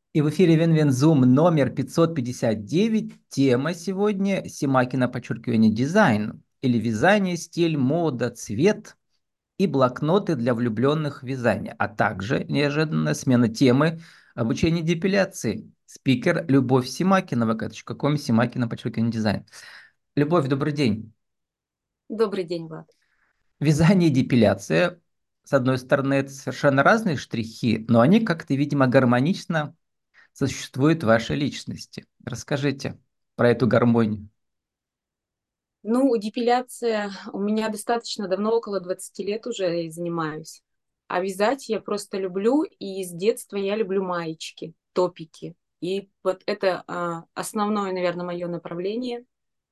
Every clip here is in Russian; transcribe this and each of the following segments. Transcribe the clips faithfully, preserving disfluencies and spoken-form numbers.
И в эфире Винвинзум номер пятьсот пятьдесят девять. Тема сегодня — Симакина, подчеркивание, дизайн или вязание, стиль, мода, цвет и блокноты для влюбленных в вязание, а также неожиданная смена темы — обучение депиляции. Спикер Любовь Симакина, вэ ка точка ком, Симакина, подчеркивание, дизайн. Любовь, добрый день. Добрый день, Влад. Вязание и депиляция, с одной стороны, это совершенно разные штрихи, но они как-то, видимо, гармонично существует в вашей личности. Расскажите про эту гармонию. Ну, депиляция у меня достаточно давно, около двадцати лет уже и занимаюсь. А вязать я просто люблю, и с детства я люблю маечки, топики. И вот это а, основное, наверное, мое направление.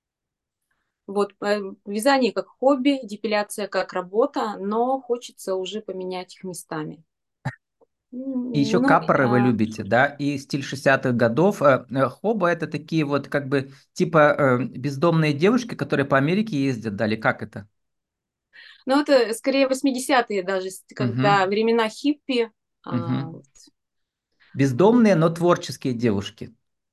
Вот э, вязание как хобби, депиляция как работа, но хочется уже поменять их местами. И еще М, Ну, капоры вы а, любите, да, и стиль шестидесятых годов. Э, э, Хоба — это такие вот как бы типа э, бездомные девушки, которые по Америке ездят, дали, как это? ну, это скорее восьмидесятые даже, с- когда Мгм, времена хиппи. а, мгм. Бездомные, но творческие девушки,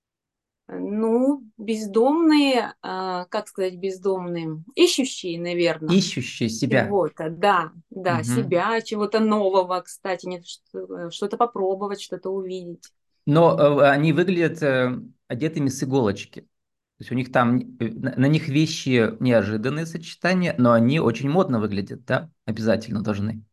Ну, бездомные, а, как сказать, бездомные, ищущие, наверное, ищущие себя. чего-то, да, да, Мгм. себя, чего-то нового, кстати, нет, что- что-то попробовать, что-то увидеть. Но э, они выглядят э, одетыми с иголочки. То есть у них там, э, на на них вещи неожиданные сочетания, но они очень модно выглядят, да? Обязательно должны.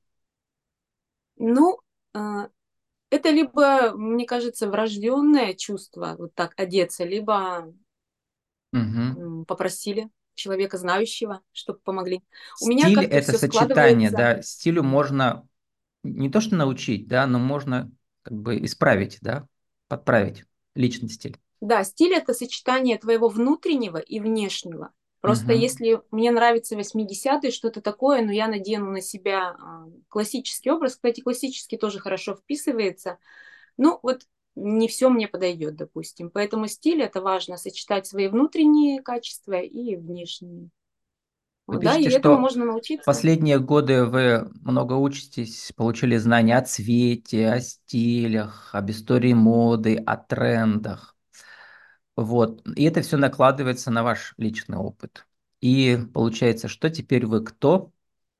Ну, а, это либо, мне кажется, врожденное чувство, вот так одеться, либо Мгм. м, попросили человека знающего, чтобы помогли. У меня Стиль — как-то это все сочетание, складывается. да. Стилю можно не то что научить, да, но можно как бы исправить, да, подправить личный стиль. Да, стиль это сочетание твоего внутреннего и внешнего. Просто Мгм. если мне нравится восьмидесятые, что-то такое, но я надену на себя а, классический образ, кстати, классический тоже хорошо вписывается, ну вот не все мне подойдет, допустим. Поэтому стиль это важно, сочетать свои внутренние качества и внешние. Вы Вот, да, и пишете, этому что можно научиться. последние годы вы много учитесь, получили знания о цвете, о стилях, об истории моды, о трендах. Вот. И это все накладывается на ваш личный опыт. И получается, что теперь вы кто?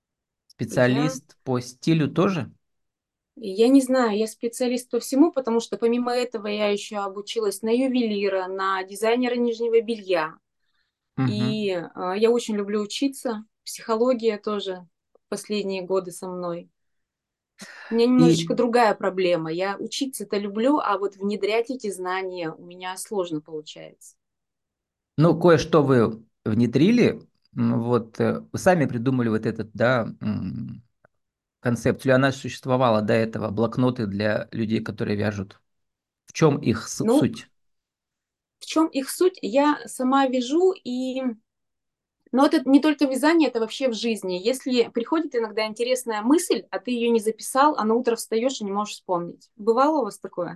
Я, Специалист по стилю тоже? я не знаю, я специалист по всему, потому что помимо этого я еще обучилась на ювелира, на дизайнера нижнего белья. Мгм. И а, я очень люблю учиться. Психология тоже последние годы со мной. У меня И, немножечко другая проблема. Я учиться-то люблю, а вот внедрять эти знания у меня сложно получается. ну, кое-что вы внедрили, м, вот, э, вы сами придумали вот этот, да, м, концепцию, или она существовала до этого, блокноты для людей, которые вяжут. В чем их с- Ну, суть? в чем их суть? Я сама вяжу, и... Но это не только вязание, это вообще в жизни. Если приходит иногда интересная мысль, а ты ее не записал, а на утро встаешь и не можешь вспомнить. Бывало у вас такое?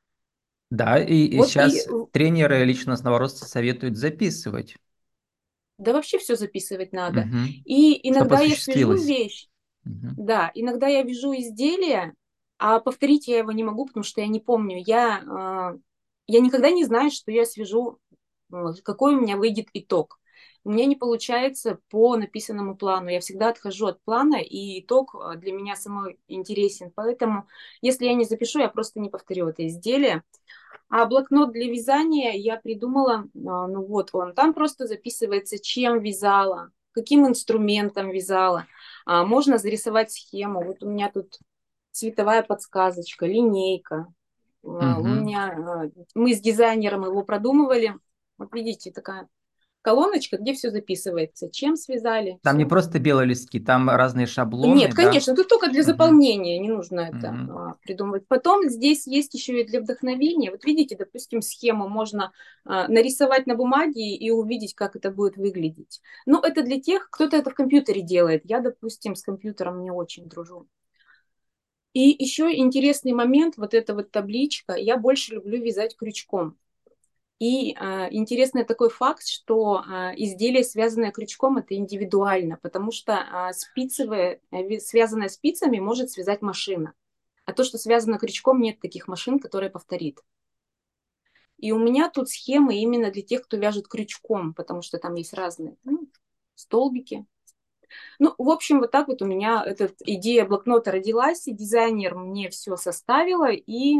Да, и, Вот и сейчас тренеры личностного роста советуют записывать, да вообще все записывать надо. мгм, И чтобы иногда я свяжу осуществилось. вещь. Мгм. Да, иногда я вяжу изделие, а повторить я его не могу, потому что я не помню. Я, а, я никогда не знаю, что я свяжу, вот, какой у меня выйдет итог. У меня не получается по написанному плану. Я всегда отхожу от плана, и итог а, для меня самой интересен. Поэтому, если я не запишу, я просто не повторю это изделие. А блокнот для вязания я придумала, а, ну вот он, там просто записывается, чем вязала, каким инструментом вязала. А, можно зарисовать схему. Вот у меня тут цветовая подсказочка, линейка. А, у Мгм. меня, а, мы с дизайнером его продумывали. Вот видите, такая колоночка, где все записывается, чем связали, Там не все. просто белые листки, там разные шаблоны, Нет, да. конечно, тут только для Мгм. заполнения, не нужно это Мгм. а, придумывать. Потом здесь есть еще и для вдохновения. Вот видите, допустим, схему можно а, нарисовать на бумаге и увидеть, как это будет выглядеть. Но это для тех, кто-то это в компьютере делает. Я, допустим, с компьютером не очень дружу. И еще интересный момент, вот эта вот табличка, я больше люблю вязать крючком. И а, интересный такой факт, что а, изделие, связанное крючком, это индивидуально, потому что а, спицевое, э, ви- связанное спицами может связать машина. А то, что связано крючком, нет таких машин, которые повторит. И у меня тут схемы именно для тех, кто вяжет крючком, потому что там есть разные ну, столбики. Ну, в общем, вот так вот у меня эта идея блокнота родилась, и дизайнер мне все составила, и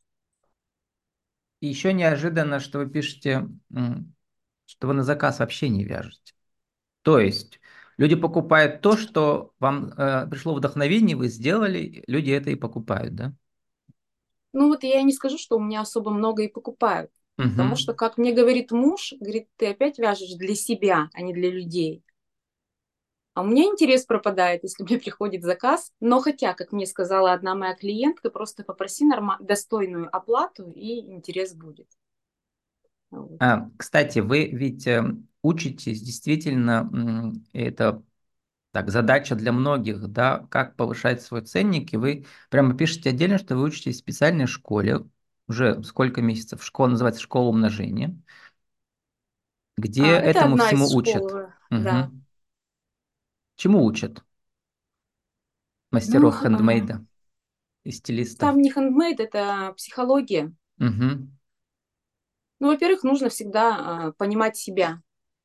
И еще неожиданно, что вы пишете, м, что вы на заказ вообще не вяжете. То есть люди покупают то, что вам э, пришло вдохновение, вы сделали, люди это и покупают, да? ну вот я и не скажу, что у меня особо много и покупают. Потому Угу. что, как мне говорит муж, говорит, ты опять вяжешь для себя, а не для людей. А у меня интерес пропадает, если мне приходит заказ. Но хотя, как мне сказала одна моя клиентка, просто попроси норма- достойную оплату, и интерес будет. Вот. А, кстати, вы ведь э, учитесь действительно, м, это так, задача для многих, да, как повышать свой ценник, и вы прямо пишете отдельно, что вы учитесь в специальной школе, уже сколько месяцев, школа называется «Школа умножения», где А, это этому одна из всему учат. школ, да. Мгм. Чему учат Ну, мастеров а, хендмейда и стилистов? там не хендмейд, это психология. Мгм. Ну, во-первых, нужно всегда а, понимать себя.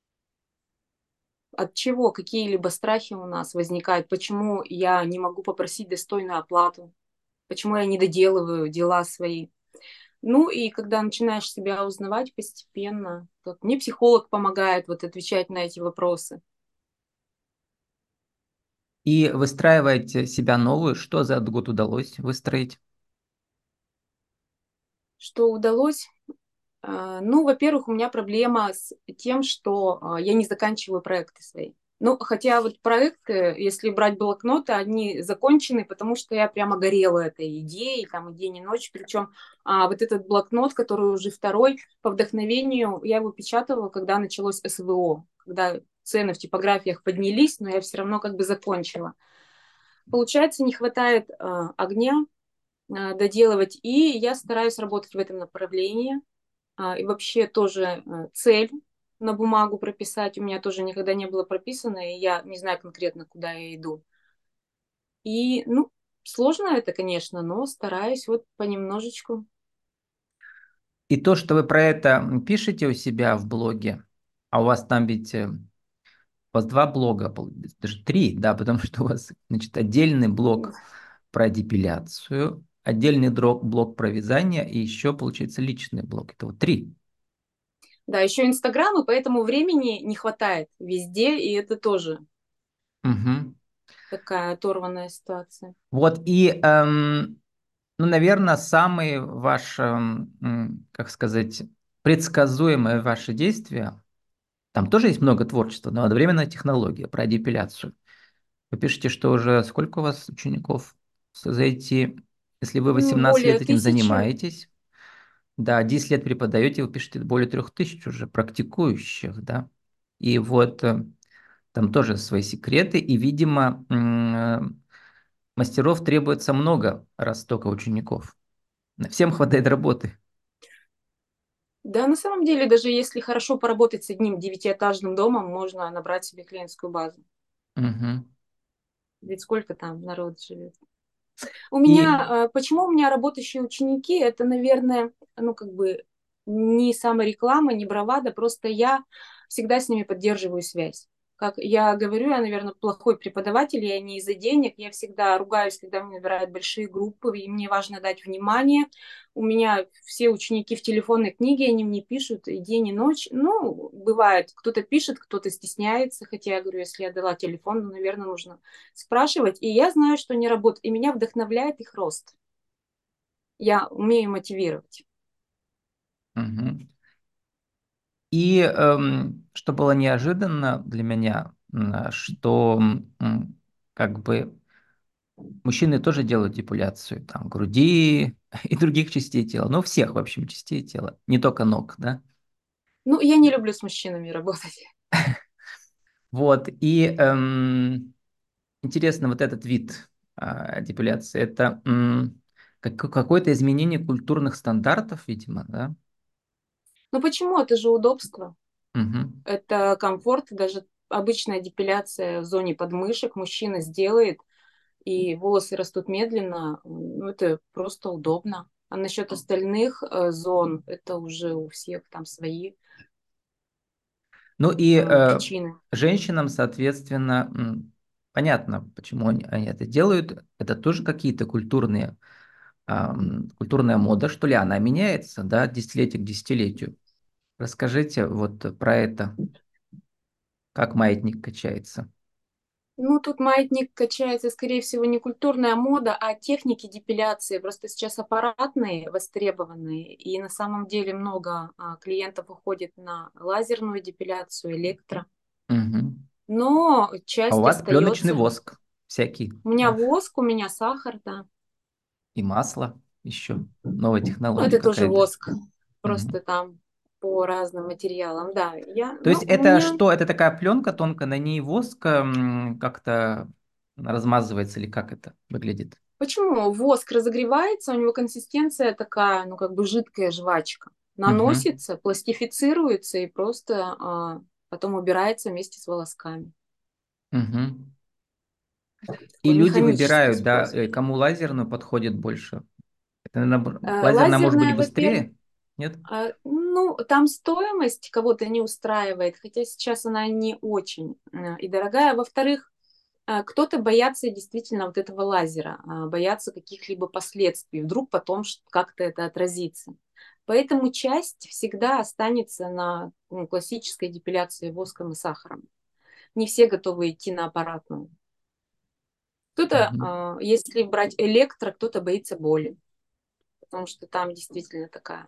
От чего какие-либо страхи у нас возникают, почему я не могу попросить достойную оплату, почему я не доделываю дела свои. Ну и когда начинаешь себя узнавать постепенно, как мне психолог помогает вот отвечать на эти вопросы. И выстраиваете себя новую, что за этот год удалось выстроить? Что удалось? А, Ну, во-первых, у меня проблема с тем, что а, я не заканчиваю проекты свои. Ну, хотя вот проекты, если брать блокноты, они закончены, потому что я прямо горела этой идеей, там, и день, и ночь. Причем а, вот этот блокнот, который уже второй, по вдохновению, я его печатала, когда началось эс вэ о, когда цены в типографиях поднялись, но я все равно как бы закончила. Получается, не хватает а, огня а, доделывать, и я стараюсь работать в этом направлении. А, и вообще тоже э, цель на бумагу прописать. У меня тоже никогда не было прописано, и я не знаю конкретно, куда я иду. И, ну, сложно это, конечно, но стараюсь вот понемножечку. И то, что вы про это пишете у себя в блоге, а у вас там ведь э, у вас два блога, пол- даже три, да, потому что у вас, значит, отдельный блог про депиляцию, отдельный дро- блог про вязание и еще, получается, личный блог. Это вот три. Да, еще Инстаграм, и поэтому времени не хватает везде, и это тоже Мгм. такая оторванная ситуация. Вот и, эм, ну, наверное, самые ваши, эм, м, как сказать, предсказуемые ваши действия, там тоже есть много творчества, но одновременно технология про депиляцию. Вы пишете, что уже сколько у вас учеников за эти, если вы Ну, восемнадцать более лет этим тысячи. занимаетесь, да, десять лет преподаете, вы пишете более трех тысяч уже практикующих, да. И вот э, там тоже свои секреты, и, видимо, м, э, мастеров требуется много, раз столько учеников. Всем хватает работы. Да, на самом деле, даже если хорошо поработать с одним девятиэтажным домом, можно набрать себе клиентскую базу. Мгм. Ведь сколько там народ живет? У И, меня, э, почему у меня работающие ученики, это, наверное, ну, как бы не самореклама, не бравада, просто я всегда с ними поддерживаю связь. Как я говорю, я, наверное, плохой преподаватель, я не из-за денег, я всегда ругаюсь, когда мне набирают большие группы, и мне важно дать внимание. У меня все ученики в телефонной книге, они мне пишут и день, и ночь. Ну, бывает, кто-то пишет, кто-то стесняется, хотя я говорю, если я дала телефон, ну, наверное, нужно спрашивать, и я знаю, что не работает, и меня вдохновляет их рост. Я умею мотивировать. мгм. И эм, что было неожиданно для меня, м, что м, как бы мужчины тоже делают депиляцию там груди и других частей тела, ну всех, в общем, частей тела, не только ног, да. Ну, я не люблю с мужчинами работать. Вот, и эм, интересно, вот этот вид а, депиляции, это м, как- какое-то изменение культурных стандартов, видимо, да? Ну почему? Это же удобство. Мгм. Это комфорт. Даже обычная депиляция в зоне подмышек мужчина сделает, и волосы растут медленно. Ну, это просто удобно. А насчет остальных э, зон, это уже у всех там свои Ну и э, э, причины. женщинам, соответственно, м, понятно, почему они, они это делают. Это тоже какие-то культурные, ам, культурная мода, что ли, она меняется, да, от десятилетия к десятилетию. Расскажите вот про это, как маятник качается. Ну, тут маятник качается, скорее всего, не культурная мода, а техники депиляции. Просто сейчас аппаратные, востребованные, и на самом деле много а, клиентов уходит на лазерную депиляцию, электро. Мгм. Но А у часть вас пленочный остается. воск всякий, У меня да, воск, у меня сахар, да. и масло еще, новая Ну, технология это тоже какая-то. воск, просто Мгм. там по разным материалам, да. Я, То есть ну, у это меня что? Это такая пленка тонкая, на ней воск м, как-то размазывается или как это выглядит? Почему? Воск разогревается, у него консистенция такая, ну, как бы жидкая жвачка. Мгм. Наносится, пластифицируется и просто а, потом убирается вместе с волосками. Мгм. И Такой люди механический выбирают, да, способ. э, кому лазерную подходит больше. Это, наобор- Э, лазерная может быть Лазерная, во-первых, быстрее? Нет? ну, там стоимость кого-то не устраивает, хотя сейчас она не очень э, и дорогая. Во-вторых, э, кто-то боятся действительно вот этого лазера, а, боятся каких-либо последствий. Вдруг потом ш- как-то это отразится. Поэтому часть всегда останется на ну, классической депиляции воском и сахаром. Не все готовы идти на аппаратную. Кто-то, Мгм. а, если брать электро, кто-то боится боли, потому что там действительно такая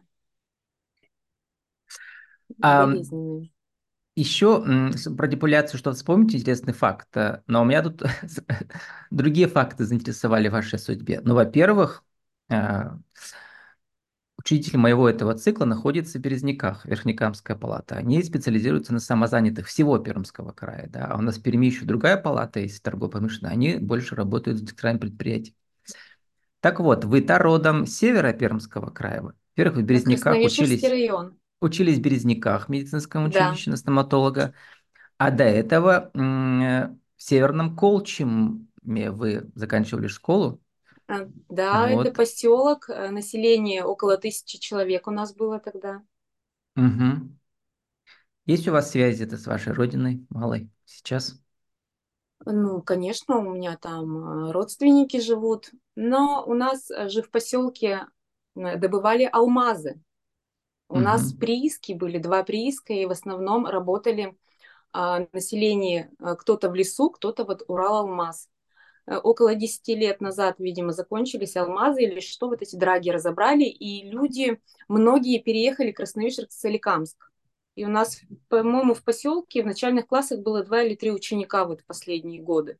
А болезненная. еще м, с- про депиляцию что вспомните, интересный факт. э, Но у меня тут другие факты заинтересовали в вашей судьбе. Ну, во-первых, э, учитель моего этого цикла находится в Березниках, Верхнекамская палата. Они специализируются на самозанятых всего Пермского края. Да? А у нас в Перми еще другая палата есть, торгово-промышленная. Они больше работают с директорами предприятий. Так вот, вы-то родом с севера Пермского края. Во-первых, в Березняках Красновишерский учились, район. учились в Березняках в медицинском Да. училище на стоматолога, а до этого м, э, в Северном Колчиме вы заканчивали школу. А, Да, это Вот. поселок, э, население около тысячи человек у нас было тогда. Мгм. Есть у вас связи это с вашей родиной, малой, сейчас? Ну, конечно, у меня там э, родственники живут, но у нас э, же в поселке э, добывали алмазы. У нас Мгм. прииски были, два прииска, и в основном работали а, население, э, кто-то в лесу, кто-то вот Урал-Алмаз. Э, Около десяти лет назад, видимо, закончились алмазы или что, вот эти драги разобрали, и люди, многие переехали в Красновишерск-Соликамск. И у нас, по-моему, в поселке в начальных классах было два или три ученика вот в последние годы.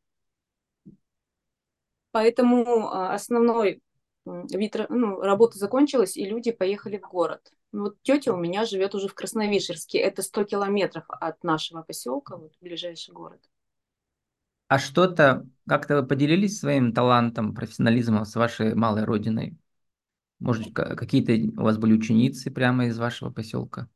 Поэтому а, основной м, вид ра- ну, работы закончилась, и люди поехали в город. Ну, вот тетя у меня живет уже в Красновишерске. Это сто километров от нашего поселка, вот ближайший город. А что-то, как-то вы поделились своим талантом, профессионализмом с вашей малой родиной? Может, ка- какие-то у вас были ученицы прямо из вашего поселка?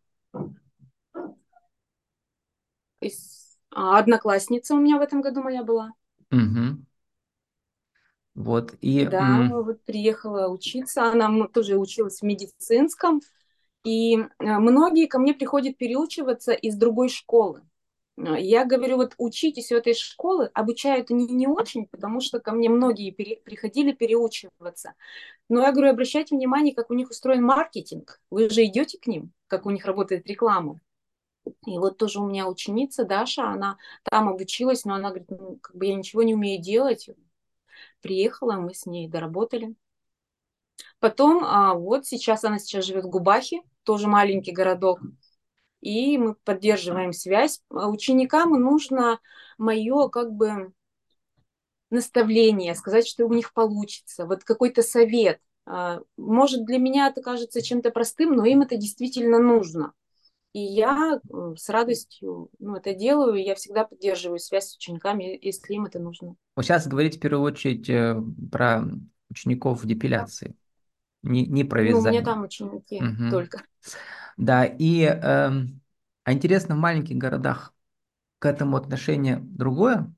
Из- а, Одноклассница у меня в этом году моя была. Мгм. Вот, и Да, м, вот приехала учиться. Она м- тоже училась в медицинском. И э, многие ко мне приходят переучиваться из другой школы. Э, Я говорю, вот учитесь у этой школы, обучают они не очень, потому что ко мне многие пере- приходили переучиваться. Но я говорю, обращайте внимание, как у них устроен маркетинг. Вы же идете к ним, как у них работает реклама. И вот тоже у меня ученица Даша, она там обучилась, но она говорит, ну, как бы я ничего не умею делать. Приехала, мы с ней доработали. Потом, а, вот сейчас она сейчас живет в Губахе, тоже маленький городок, и мы поддерживаем связь. А Ученикам нужно мое как бы наставление, сказать, что у них получится, вот какой-то совет. А, Может, для меня это кажется чем-то простым, но им это действительно нужно. И я м, с радостью ну, это делаю, и я всегда поддерживаю связь с учениками, если им это нужно. вот сейчас говорить в первую очередь э, про учеников депиляции, не, не про Ну, у меня вязание. там ученики Мгм. только. Да, и эм, а интересно, в маленьких городах к этому отношение другое?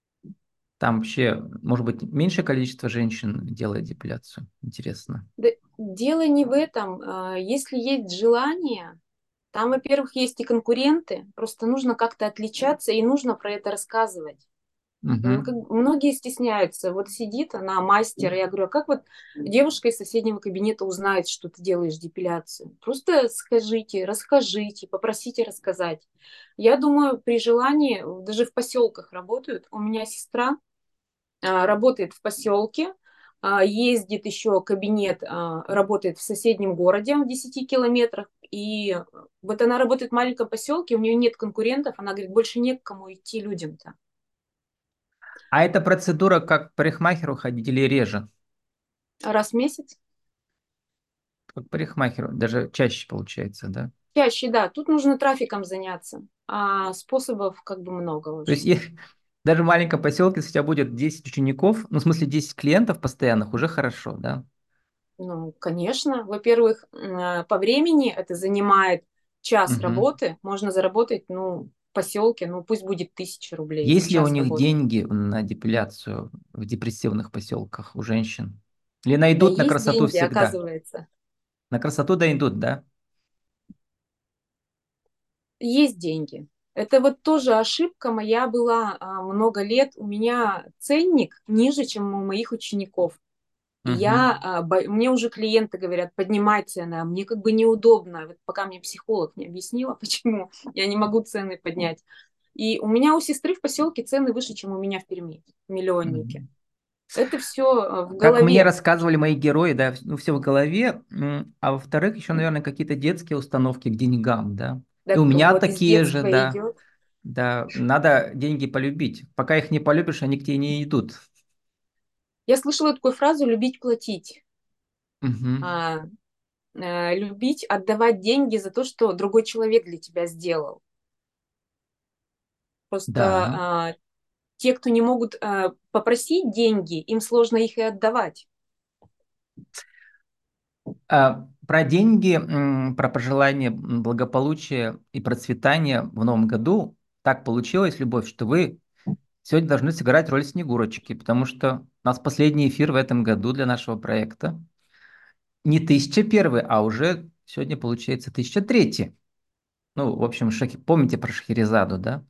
Там вообще, может быть, меньшее количество женщин делает депиляцию? Интересно. Да, Дело не в этом. А, Если есть желание, там, во-первых, есть и конкуренты, просто нужно как-то отличаться и нужно про это рассказывать. Ну, как Мгм. бы многие стесняются. Вот сидит она, мастер, я говорю, а как вот девушка из соседнего кабинета узнает, что ты делаешь депиляцию? Просто скажите, расскажите, попросите рассказать. Я думаю, при желании, даже в поселках работают. У меня сестра а, работает в поселке, а, ездит еще кабинет, а, работает в соседнем городе в десяти километрах. И вот она работает в маленьком поселке, у нее нет конкурентов, она говорит, больше не к кому идти людям-то. А эта процедура как к парикмахеру ходить или реже? Раз в месяц. Как к парикмахеру, даже чаще получается, да? Чаще, да. Тут нужно трафиком заняться, а способов как бы много То есть уже. и даже в маленьком поселке, если у тебя будет десять учеников, ну, в смысле десять клиентов постоянных, уже хорошо, да? Ну, конечно. Во-первых, м, по времени это занимает час Мгм. работы. Можно заработать, ну, в поселке, ну, пусть будет тысяча рублей за Есть ли у час них работы. деньги на депиляцию в депрессивных поселках у женщин? Или Да найдут на есть красоту деньги, всегда? оказывается. На красоту дойдут, да? Есть деньги. Это вот тоже ошибка моя была а, много лет. У меня ценник ниже, чем у моих учеников. И я, Мгм. а, бо- мне уже клиенты говорят, поднимай цены, а мне как бы неудобно, вот пока мне психолог не объяснила, почему я не могу цены поднять. И у меня у сестры в поселке цены выше, чем у меня в Перми, в миллионнике. Мгм. Это все в Как мне голове. рассказывали мои герои, да, ну, все в голове, м, а во-вторых, еще, наверное, какие-то детские установки к деньгам, да. И у Так меня вот из такие же, детства да, идет. да, надо деньги полюбить. Пока их не полюбишь, они к тебе не идут. Я слышала такую фразу «любить платить». Мгм. А, э, любить, отдавать деньги за то, что другой человек для тебя сделал. Просто Да. а, те, кто не могут а, попросить деньги, им сложно их и отдавать. А, про деньги, м, про пожелание м, благополучия и процветания в новом году так получилось, Любовь, что вы сегодня должны сыграть роль Снегурочки, потому что у нас последний эфир в этом году для нашего проекта. Не тысяча первый, а уже сегодня получается тысяча третий. Ну, в общем, Шахи... помните про Шахерезаду, да?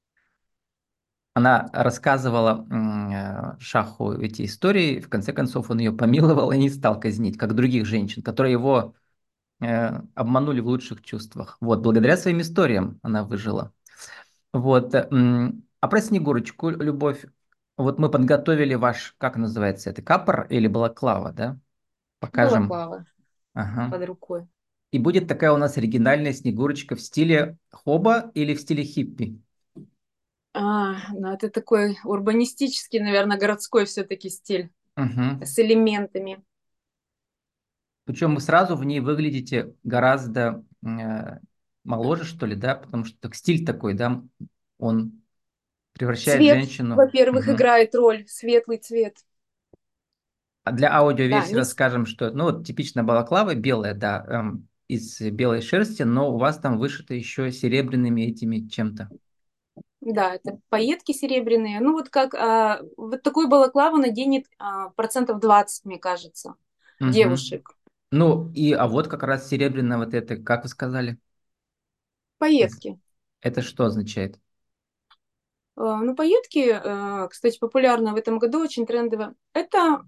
Она рассказывала м, э, Шаху эти истории, в конце концов он ее помиловал и не стал казнить, как других женщин, которые его э, обманули в лучших чувствах. Вот, благодаря своим историям она выжила. Вот, э, м, а про Снегурочку, Любовь, вот мы подготовили ваш, как называется это, капор или балаклава, да? Покажем. Балаклава Ага. под рукой. И будет такая у нас оригинальная Снегурочка в стиле хоба или в стиле хиппи. А, ну, это такой урбанистический, наверное, городской все-таки стиль Мгм. с элементами. Причем вы сразу в ней выглядите гораздо э, моложе, что ли, да, потому что так стиль такой, да, он превращает Цвет, женщину. во-первых, Мгм. играет роль, светлый цвет. А для Да, аудиоверсии не... с- расскажем, что, ну, вот типичная балаклава белая, да, эм, из белой шерсти, но у вас там вышито еще серебряными этими чем-то. да, это пайетки серебряные. Ну, вот как а, вот такую балаклаву наденет а, процентов двадцать, мне кажется, Мгм. девушек. Ну, и, а вот как раз серебряная вот это, как вы сказали, из- Пайетки. это что означает? А, ну, пайетки, а, кстати, популярны в этом году, очень трендово. Это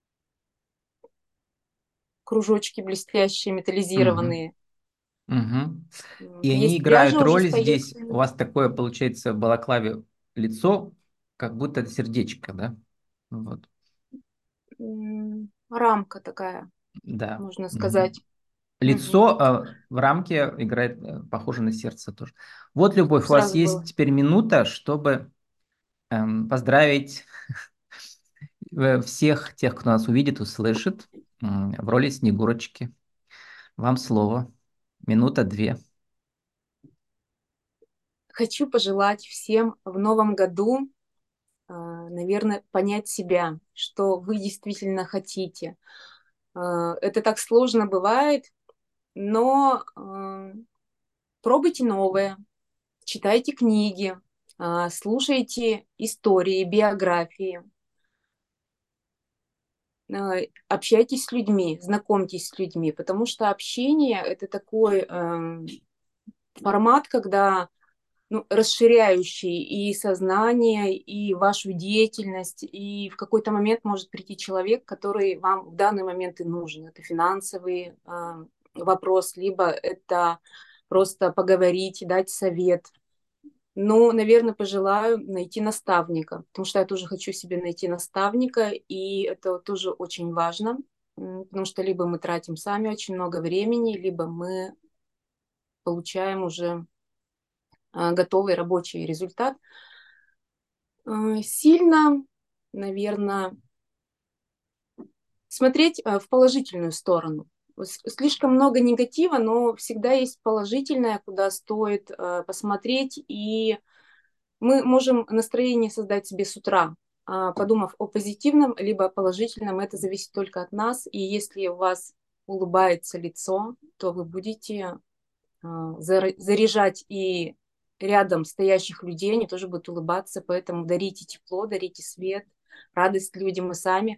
кружочки блестящие, Мгм. металлизированные. Мгм. М, И они Есть пряжа играют уже с роль здесь. У пайетками. вас такое, получается, в балаклаве лицо, как будто это сердечко, да? Вот, М, Рамка такая, да. можно Мгм. сказать. Мгм. Лицо э, в рамке играет э, похоже на сердце тоже. Вот, Любовь, Чтоб у вас сразу есть было. теперь минута, чтобы эм, поздравить э, всех тех, кто нас увидит, услышит м, в роли Снегурочки. Вам слово. Минута две. Хочу пожелать всем в новом году, а, наверное, понять себя, что вы действительно хотите. А, Это так сложно бывает, но а, пробуйте новое, читайте книги, а, слушайте истории, биографии. э, общайтесь с людьми, знакомьтесь с людьми, потому что общение — это такой эм, формат, когда ну, расширяющий и сознание, и вашу деятельность, и в какой-то момент может прийти человек, который вам в данный момент и нужен. Это финансовый э, вопрос, либо это просто поговорить, дать совет. Но, наверное, пожелаю найти наставника, потому что я тоже хочу себе найти наставника, и это тоже очень важно, м, потому что либо мы тратим сами очень много времени, либо мы получаем уже а, готовый рабочий результат. А, Сильно, наверное, смотреть а, в положительную сторону. С- Слишком много негатива, но всегда есть положительное, куда стоит а, посмотреть, и мы можем настроение создать себе с утра, а, подумав о позитивном либо о положительном. Это зависит только от нас, и если у вас улыбается лицо, то вы будете а, зар- заряжать и рядом стоящих людей, они тоже будут улыбаться, поэтому дарите тепло, дарите свет, радость людям и сами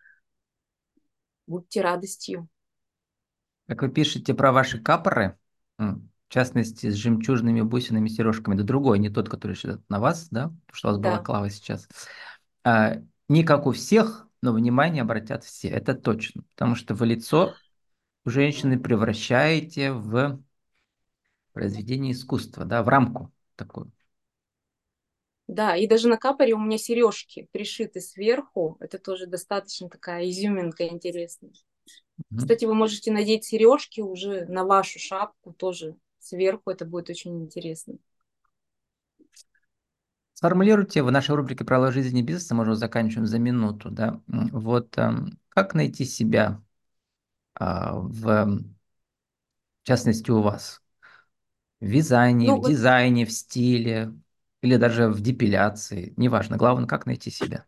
будьте радостью. Как вы пишете про ваши капоры, м, в частности, с жемчужными бусинами, сережками, да другой, не тот, который сейчас на вас, да, потому что у вас Да, балаклава сейчас. А, не как у всех, но внимание обратят все, это точно, потому что вы лицо у женщины превращаете в произведение искусства, да, в рамку такую. да, и даже на капоре у меня сережки пришиты сверху, это тоже достаточно такая изюминка интересная. Мгм. Кстати, вы можете надеть сережки уже на вашу шапку тоже сверху, это будет очень интересно. Сформулируйте в нашей рубрике «Правила жизни и бизнеса», мы уже заканчиваем за минуту, да, м, вот эм, как найти себя а, в, м, в частности, у вас? В вязании, в Ну, вот дизайне, в стиле или даже в депиляции, неважно, главное, как найти себя.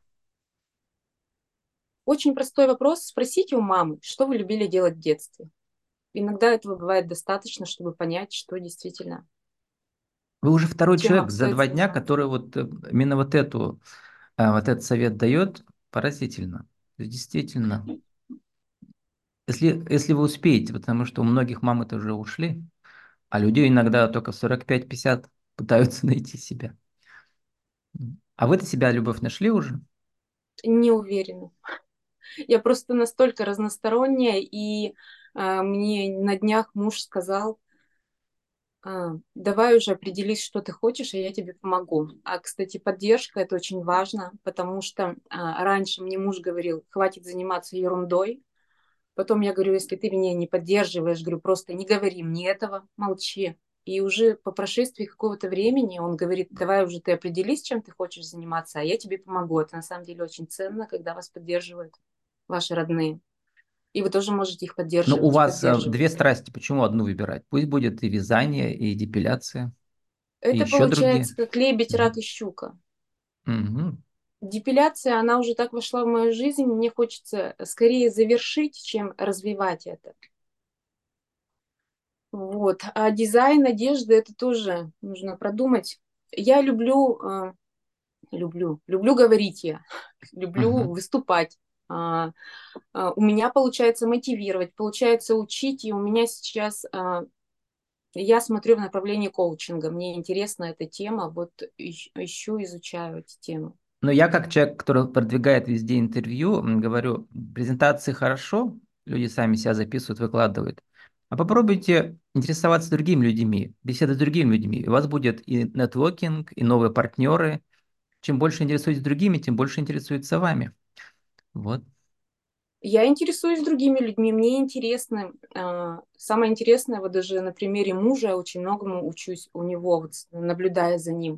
очень простой вопрос. Спросите у мамы, что вы любили делать в детстве. Иногда этого бывает достаточно, чтобы понять, что действительно, Вы уже второй чем человек вам за стоит два дня, заниматься. который вот э, именно вот эту, э, вот этот совет дает, поразительно. То есть действительно, если, если вы успеете, потому что у многих мамы-то уже ушли, а людей иногда только в сорок пять пятьдесят пытаются найти себя. А вы-то себя, Любовь, нашли уже? Не уверена. Я просто настолько разносторонняя, и а, мне на днях муж сказал, а, давай уже определись, что ты хочешь, а я тебе помогу. А, кстати, поддержка — это очень важно, потому что а, раньше мне муж говорил, хватит заниматься ерундой. Потом я говорю, если ты меня не поддерживаешь, говорю, просто не говори мне этого, молчи. И уже по прошествии какого-то времени он говорит, давай уже ты определись, чем ты хочешь заниматься, а я тебе помогу. Это на самом деле очень ценно, когда вас поддерживают ваши родные. И вы тоже можете их Ну, у поддерживать и вас э, две поддерживать. страсти, почему одну выбирать? Пусть будет и вязание, и депиляция, и Это еще другие. получается как лебедь, рак Мгм. и щука. Мгм. Депиляция, она уже так вошла в мою жизнь, мне хочется скорее завершить, чем развивать это. Вот. А дизайн одежды это тоже нужно продумать. Я люблю, э, люблю, люблю говорить я, люблю Мгм. выступать. А, а, У меня получается мотивировать, получается учить, и у меня сейчас а, я смотрю в направлении коучинга. Мне интересна эта тема, вот ищ- ищу, изучаю эти темы. Но я как человек, который продвигает везде интервью, м, говорю, презентации хорошо, люди сами себя записывают, выкладывают. А попробуйте интересоваться другими людьми, беседовать с другими людьми. И у вас будет и нетворкинг, и новые партнеры. Чем больше интересуетесь другими, тем больше интересуются вами. Вот. Я интересуюсь другими людьми, мне интересно. а, Самое интересное, вот даже на примере мужа я очень многому учусь у него, вот, с- наблюдая за ним.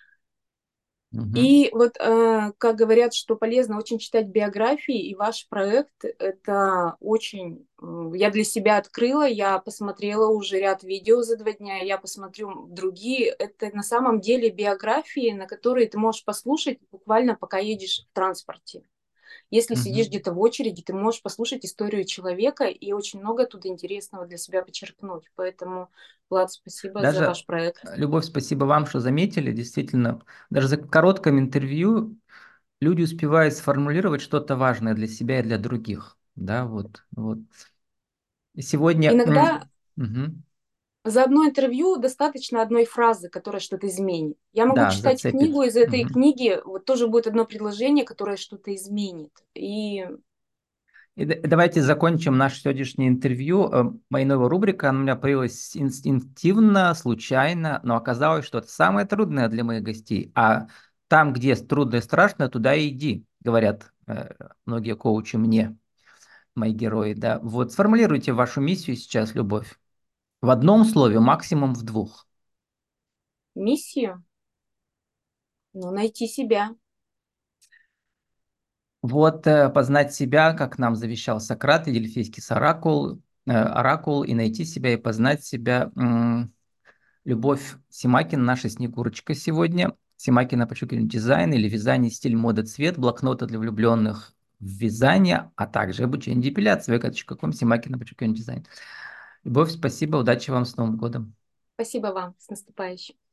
Мгм. И вот, э, как говорят, что полезно очень читать биографии, и ваш проект — это очень... м, Я для себя открыла, я посмотрела уже ряд видео за два дня, я посмотрю другие. Это на самом деле биографии, на которые ты можешь послушать буквально пока едешь в транспорте. Если сидишь Мгм. где-то в очереди, ты можешь послушать историю человека и очень много оттуда интересного для себя почерпнуть. Поэтому, Влад, спасибо за Даже, ваш проект. э, Любовь, спасибо вам, что заметили. Действительно, даже за коротком интервью люди успевают сформулировать что-то важное для себя и для других. Да, вот, вот. И сегодня... Иногда м, мгм. за одно интервью достаточно одной фразы, которая что-то изменит. Я могу Да, читать зацепит. книгу, из этой Мгм. книги вот тоже будет одно предложение, которое что-то изменит. И И д- давайте закончим наше сегодняшнее интервью. Э, Моя новая рубрика, она у меня появилась инстинктивно, случайно, но оказалось, что это самое трудное для моих гостей. А там, где трудно и страшно, туда и иди, говорят э, многие коучи мне, мои герои. Да. Вот сформулируйте вашу миссию сейчас, Любовь. В одном слове, максимум в двух. миссию, ну, найти себя. Вот э, познать себя, как нам завещал Сократ и Дельфийский оракул, э, оракул, и найти себя и познать себя. М, Любовь Симакина, наша Снегурочка сегодня. Симакина Пачукин дизайн или вязание, стиль, мода, цвет, блокноты для влюбленных в вязание, а также обучение депиляции. вэ ка точка ком, Симакина Пачукин дизайн. Любовь, спасибо, удачи вам с Новым годом. Спасибо вам. С наступающим.